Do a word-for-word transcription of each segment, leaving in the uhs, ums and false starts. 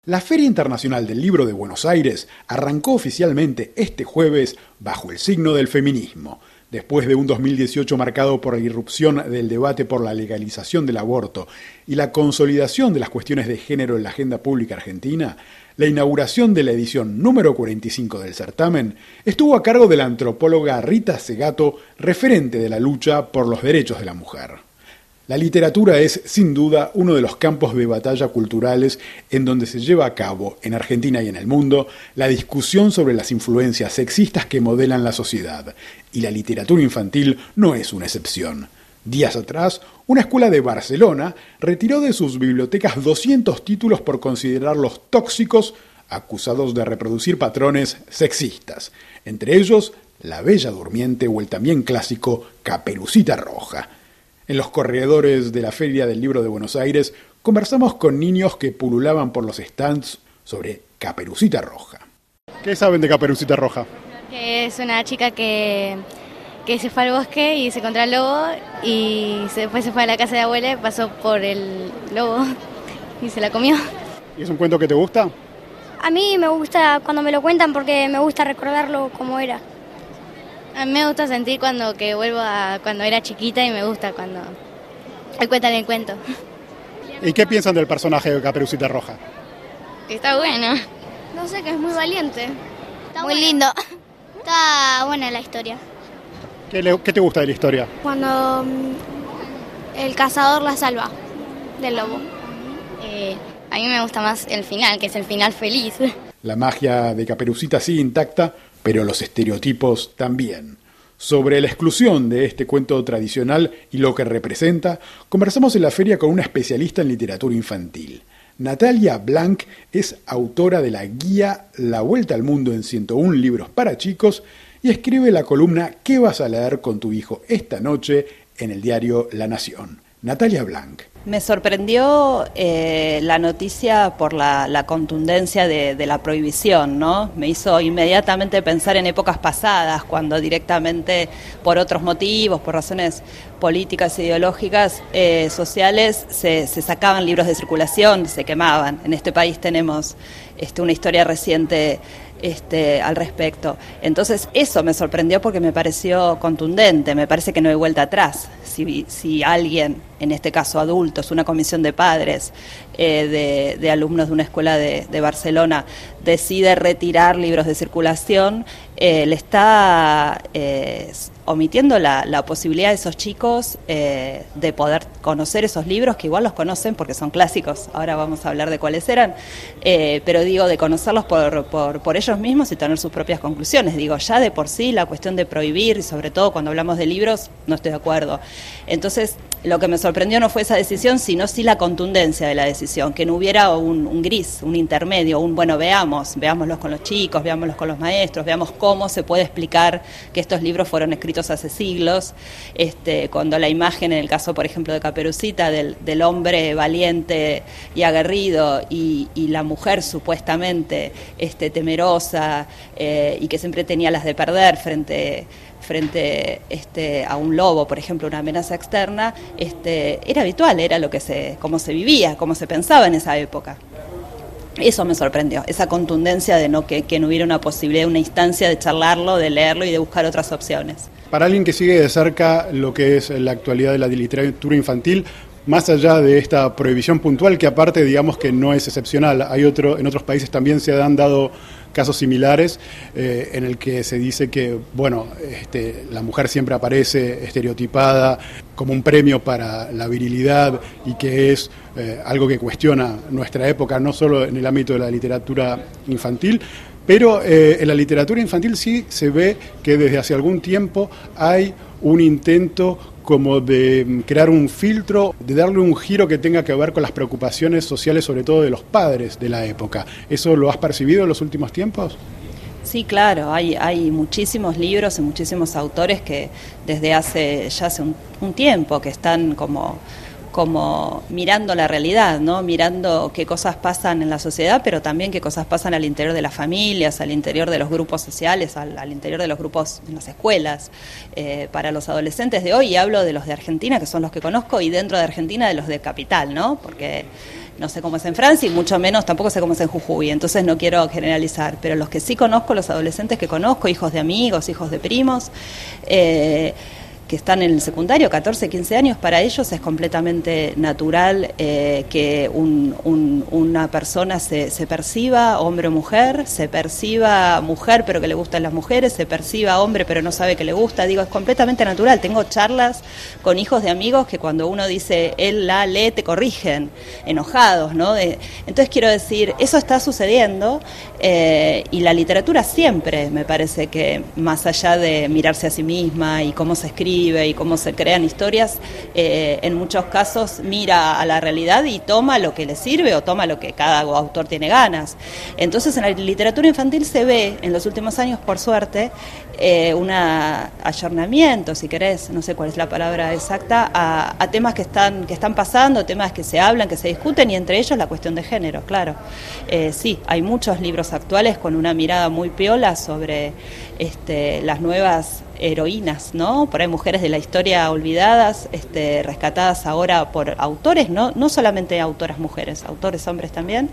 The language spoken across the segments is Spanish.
La Feria Internacional del Libro de Buenos Aires arrancó oficialmente este jueves bajo el signo del feminismo. Después de un dos mil dieciocho marcado por la irrupción del debate por la legalización del aborto y la consolidación de las cuestiones de género en la agenda pública argentina, la inauguración de la edición número cuarenta y cinco del certamen estuvo a cargo de la antropóloga Rita Segato, referente de la lucha por los derechos de la mujer. La literatura es, sin duda, uno de los campos de batalla culturales en donde se lleva a cabo, en Argentina y en el mundo, la discusión sobre las influencias sexistas que modelan la sociedad, y la literatura infantil no es una excepción. Días atrás, una escuela de Barcelona retiró de sus bibliotecas doscientos títulos por considerarlos tóxicos, acusados de reproducir patrones sexistas, entre ellos La Bella Durmiente o el también clásico Caperucita Roja. En los corredores de la Feria del Libro de Buenos Aires conversamos con niños que pululaban por los stands sobre Caperucita Roja. ¿Qué saben de Caperucita Roja? Que es una chica que, que se fue al bosque y se encontró al lobo y se, después se fue a la casa de abuela y pasó por el lobo y se la comió. ¿Y es un cuento que te gusta? A mí me gusta cuando me lo cuentan porque me gusta recordarlo como era. A mí me gusta sentir cuando que vuelvo a cuando era chiquita y me gusta cuando me cuentan el cuento. ¿Y qué piensan del personaje de Caperucita Roja? Que está bueno. No sé, que es muy valiente. Está muy bueno. Lindo. Está buena la historia. ¿Qué, le, ¿Qué te gusta de la historia? Cuando um, el cazador la salva del lobo. Eh, a mí me gusta más el final, que es el final feliz. La magia de Caperucita sigue intacta, pero los estereotipos también. Sobre la exclusión de este cuento tradicional y lo que representa, conversamos en la feria con una especialista en literatura infantil. Natalia Blanc es autora de la guía La Vuelta al Mundo en ciento uno libros para chicos y escribe la columna ¿Qué vas a leer con tu hijo esta noche? En el diario La Nación. Natalia Blanc. Me sorprendió eh, la noticia por la, la contundencia de, de la prohibición, ¿no? Me hizo inmediatamente pensar en épocas pasadas, cuando directamente por otros motivos, por razones políticas, ideológicas, eh, sociales, se, se sacaban libros de circulación, se quemaban. En este país tenemos este, una historia reciente Este, al respecto. Entonces eso me sorprendió porque me pareció contundente, me parece que no hay vuelta atrás. Si, si alguien, en este caso adultos, una comisión de padres, eh, de, de alumnos de una escuela de, de Barcelona, decide retirar libros de circulación, eh, le está eh, omitiendo la, la posibilidad de esos chicos eh, de poder conocer esos libros, que igual los conocen porque son clásicos, ahora vamos a hablar de cuáles eran, eh, pero digo, de conocerlos por, por, por ellos mismos y tener sus propias conclusiones. Digo, ya de por sí la cuestión de prohibir, y sobre todo cuando hablamos de libros, no estoy de acuerdo. Entonces, lo que me sorprendió no fue esa decisión, sino sí la contundencia de la decisión, que no hubiera un, un gris, un intermedio, un bueno, veamos, veámoslos con los chicos, veámoslos con los maestros, veamos cómo se puede explicar que estos libros fueron escritos hace siglos, este, cuando la imagen, en el caso, por ejemplo, de Caperucita, del, del hombre valiente y aguerrido y, y la mujer supuestamente este, temerosa eh, y que siempre tenía las de perder frente frente este, a un lobo, por ejemplo, una amenaza externa, este, era habitual, era lo que se, cómo se vivía, cómo se pensaba en esa época. Eso me sorprendió, esa contundencia de no que, que no hubiera una posibilidad, una instancia de charlarlo, de leerlo y de buscar otras opciones. Para alguien que sigue de cerca lo que es la actualidad de la literatura infantil, más allá de esta prohibición puntual, que aparte digamos que no es excepcional, hay otro, en otros países también se han dado casos similares eh, en el que se dice que bueno, este, la mujer siempre aparece estereotipada como un premio para la virilidad y que es eh, algo que cuestiona nuestra época, no solo en el ámbito de la literatura infantil, pero eh, en la literatura infantil sí se ve que desde hace algún tiempo hay un intento como de crear un filtro, de darle un giro que tenga que ver con las preocupaciones sociales, sobre todo de los padres de la época. ¿Eso lo has percibido en los últimos tiempos? Sí, claro, hay, hay muchísimos libros y muchísimos autores que desde hace ya hace un, un tiempo que están como... como mirando la realidad, ¿no? Mirando qué cosas pasan en la sociedad, pero también qué cosas pasan al interior de las familias, al interior de los grupos sociales, al, al interior de los grupos en las escuelas. Eh, para los adolescentes de hoy, y hablo de los de Argentina, que son los que conozco, y dentro de Argentina de los de Capital, ¿no? Porque no sé cómo es en Francia y mucho menos tampoco sé cómo es en Jujuy, entonces no quiero generalizar, pero los que sí conozco, los adolescentes que conozco, hijos de amigos, hijos de primos, eh, que están en el secundario, catorce, quince años, para ellos es completamente natural eh, que un, un, una persona se, se perciba hombre o mujer, se perciba mujer pero que le gustan las mujeres, se perciba hombre pero no sabe que le gusta, digo, es completamente natural. Tengo charlas con hijos de amigos que cuando uno dice él, la, le, te corrigen, enojados, ¿no? De, entonces quiero decir, eso está sucediendo eh, y la literatura siempre, me parece que más allá de mirarse a sí misma y cómo se escribe y cómo se crean historias, eh, en muchos casos mira a la realidad y toma lo que le sirve o toma lo que cada autor tiene ganas. Entonces en la literatura infantil se ve en los últimos años, por suerte, eh, un ayornamiento, si querés, no sé cuál es la palabra exacta, a, a temas que están, que están pasando, temas que se hablan, que se discuten, y entre ellos la cuestión de género, claro. Eh, sí, hay muchos libros actuales con una mirada muy piola sobre este, las nuevas heroínas, ¿no? Por ahí mujeres de la historia olvidadas, este, rescatadas ahora por autores, no, no solamente autoras mujeres, autores hombres también.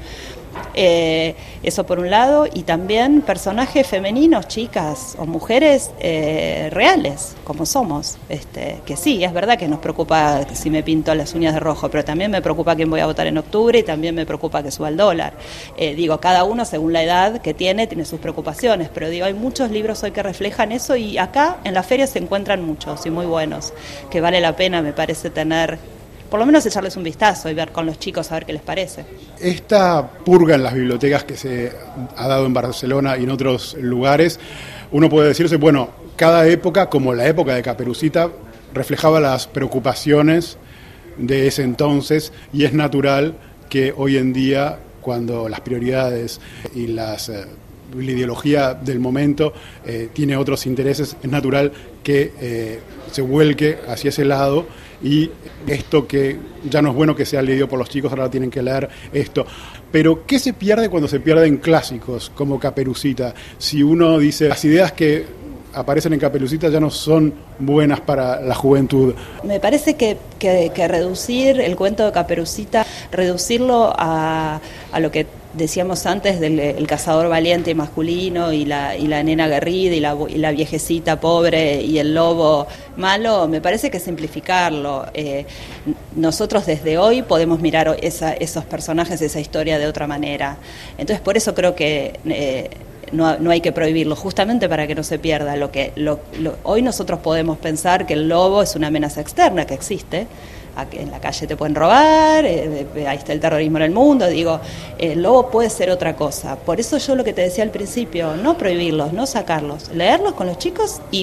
Eh, eso por un lado, y también personajes femeninos, chicas o mujeres eh, reales, como somos, este, que sí, es verdad que nos preocupa si me pinto las uñas de rojo, pero también me preocupa quién voy a votar en octubre y también me preocupa que suba el dólar. Eh, digo, cada uno según la edad que tiene, tiene sus preocupaciones, pero digo, hay muchos libros hoy que reflejan eso y acá en la feria se encuentran muchos y muy buenos, que vale la pena, me parece, tener, por lo menos echarles un vistazo y ver con los chicos a ver qué les parece. Esta purga en las bibliotecas que se ha dado en Barcelona y en otros lugares, uno puede decirse, bueno, cada época, como la época de Caperucita, reflejaba las preocupaciones de ese entonces, y es natural que hoy en día, cuando las prioridades y las... Eh, la ideología del momento eh, tiene otros intereses, es natural que eh, se vuelque hacia ese lado, y esto que ya no es bueno que sea leído por los chicos, ahora tienen que leer esto. Pero ¿qué se pierde cuando se pierden clásicos como Caperucita? Si uno dice, las ideas que aparecen en Caperucita ya no son buenas para la juventud. Me parece que, que, que reducir el cuento de Caperucita, reducirlo a, a lo que decíamos antes del el cazador valiente y masculino y la, y la nena aguerrida y la, y la viejecita pobre y el lobo malo, me parece que simplificarlo. Eh, nosotros desde hoy podemos mirar esa, esos personajes, esa historia de otra manera. Entonces por eso creo que eh, no, no hay que prohibirlo, justamente para que no se pierda. Lo que lo, lo, hoy nosotros podemos pensar que el lobo es una amenaza externa que existe, en la calle te pueden robar, eh, ahí está el terrorismo en el mundo, digo, el lobo puede ser otra cosa. Por eso yo lo que te decía al principio, no prohibirlos, no sacarlos, leerlos con los chicos y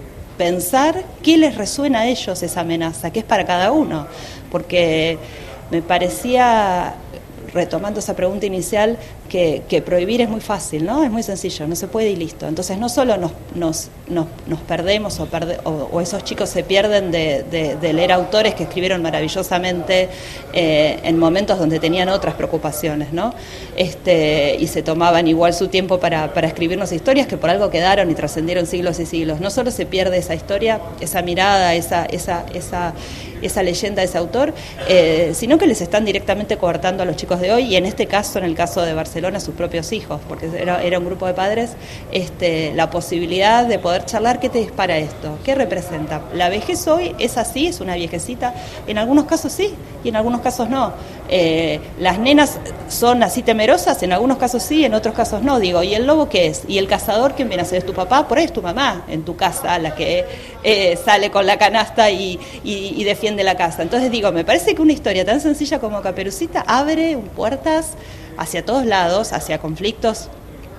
pensar qué les resuena a ellos esa amenaza, qué es para cada uno, porque me parecía, retomando esa pregunta inicial, que, que prohibir es muy fácil, ¿no? Es muy sencillo, no se puede y listo. Entonces no solo nos, nos, nos, nos perdemos o, perde, o, o esos chicos se pierden de, de, de leer autores que escribieron maravillosamente eh, en momentos donde tenían otras preocupaciones, ¿no? Este, y se tomaban igual su tiempo para, para escribirnos historias que por algo quedaron y trascendieron siglos y siglos. No solo se pierde esa historia, esa mirada, esa, esa, esa, esa leyenda de ese autor, eh, sino que les están directamente coartando a los chicos de hoy, y en este caso, en el caso de Barcelona, a sus propios hijos, porque era, era un grupo de padres, este, la posibilidad de poder charlar. ¿Qué te dispara esto? ¿Qué representa? La vejez hoy es así, es una viejecita, en algunos casos sí, y en algunos casos no. Eh, las nenas son así temerosas, en algunos casos sí, en otros casos no. Digo, ¿y el lobo qué es? ¿Y el cazador quién viene a ser? ¿Es tu papá? Por ahí es tu mamá en tu casa, la que eh, sale con la canasta y, y, y defiende la casa. Entonces digo, me parece que una historia tan sencilla como Caperucita abre puertas hacia todos lados, hacia conflictos,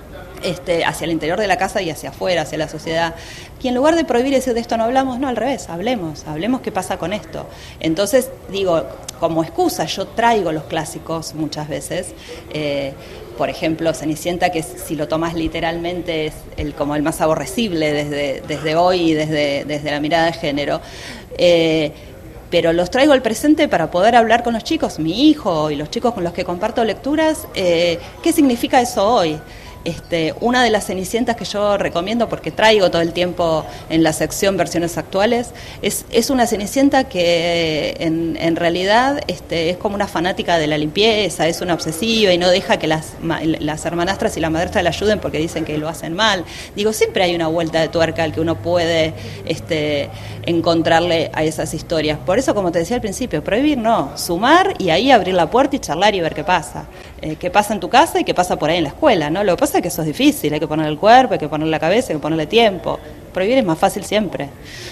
este, hacia el interior de la casa y hacia afuera, hacia la sociedad. Y en lugar de prohibir y decir de esto no hablamos, no, al revés, hablemos, hablemos qué pasa con esto. Entonces, digo, como excusa, yo traigo los clásicos muchas veces. Eh, por ejemplo, Cenicienta, que si lo tomas literalmente es el, como el más aborrecible desde, desde hoy y desde, desde la mirada de género. Eh, pero los traigo al presente para poder hablar con los chicos, mi hijo y los chicos con los que comparto lecturas, eh, ¿qué significa eso hoy? Este, una de las cenicientas que yo recomiendo, porque traigo todo el tiempo en la sección versiones actuales, es, es una cenicienta que en, en realidad este, es como una fanática de la limpieza, es una obsesiva y no deja que las, las hermanastras y la madrastra le ayuden porque dicen que lo hacen mal. Digo, siempre hay una vuelta de tuerca al que uno puede este, encontrarle a esas historias. Por eso, como te decía al principio, prohibir no, sumar y ahí abrir la puerta y charlar y ver qué pasa. Eh, qué pasa en tu casa y qué pasa por ahí en la escuela, ¿no? Lo que pasa es que eso es difícil, hay que poner el cuerpo, hay que poner la cabeza, hay que ponerle tiempo. Prohibir es más fácil siempre.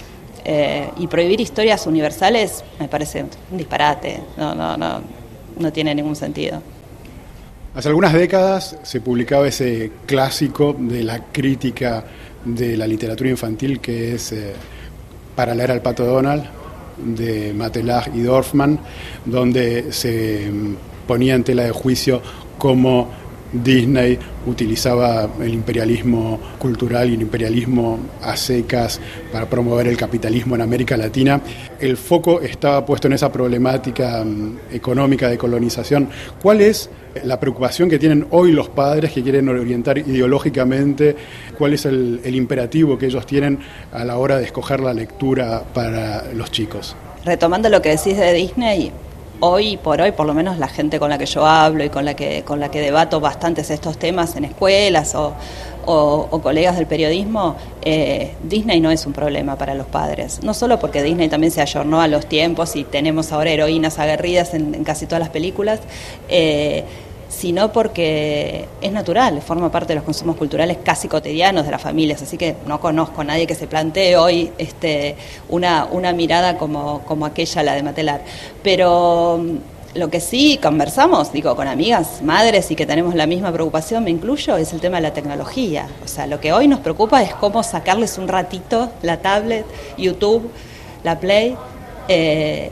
Eh, y prohibir historias universales me parece un disparate, no, no, no, no tiene ningún sentido. Hace algunas décadas se publicaba ese clásico de la crítica de la literatura infantil que es eh, Para leer al Pato Donald, de Matelas y Dorfman, donde se ponía en tela de juicio cómo Disney utilizaba el imperialismo cultural y el imperialismo a secas para promover el capitalismo en América Latina. El foco estaba puesto en esa problemática um, económica de colonización. ¿Cuál es la preocupación que tienen hoy los padres que quieren orientar ideológicamente? ¿Cuál es el, el imperativo que ellos tienen a la hora de escoger la lectura para los chicos? Retomando lo que decís de Disney, hoy por hoy, por lo menos la gente con la que yo hablo y con la que con la que debato bastantes estos temas en escuelas o, o, o colegas del periodismo, eh, Disney no es un problema para los padres. No solo porque Disney también se ayornó a los tiempos y tenemos ahora heroínas aguerridas en, en casi todas las películas, eh, sino porque es natural, forma parte de los consumos culturales casi cotidianos de las familias, así que no conozco a nadie que se plantee hoy este, una, una mirada como, como aquella, la de Matelar. Pero lo que sí conversamos, digo, con amigas, madres y que tenemos la misma preocupación, me incluyo, es el tema de la tecnología. O sea, lo que hoy nos preocupa es cómo sacarles un ratito la tablet, YouTube, la Play, eh,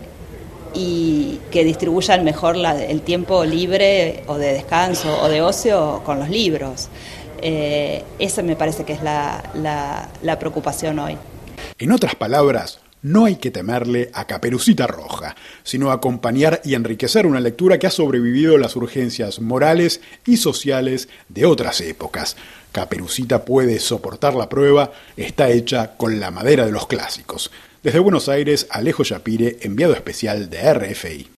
y que distribuyan mejor la, el tiempo libre o de descanso o de ocio con los libros. Eh, esa me parece que es la, la, la preocupación hoy. En otras palabras, no hay que temerle a Caperucita Roja, sino acompañar y enriquecer una lectura que ha sobrevivido a las urgencias morales y sociales de otras épocas. Caperucita puede soportar la prueba, está hecha con la madera de los clásicos. Desde Buenos Aires, Alejo Yapire, enviado especial de R F I.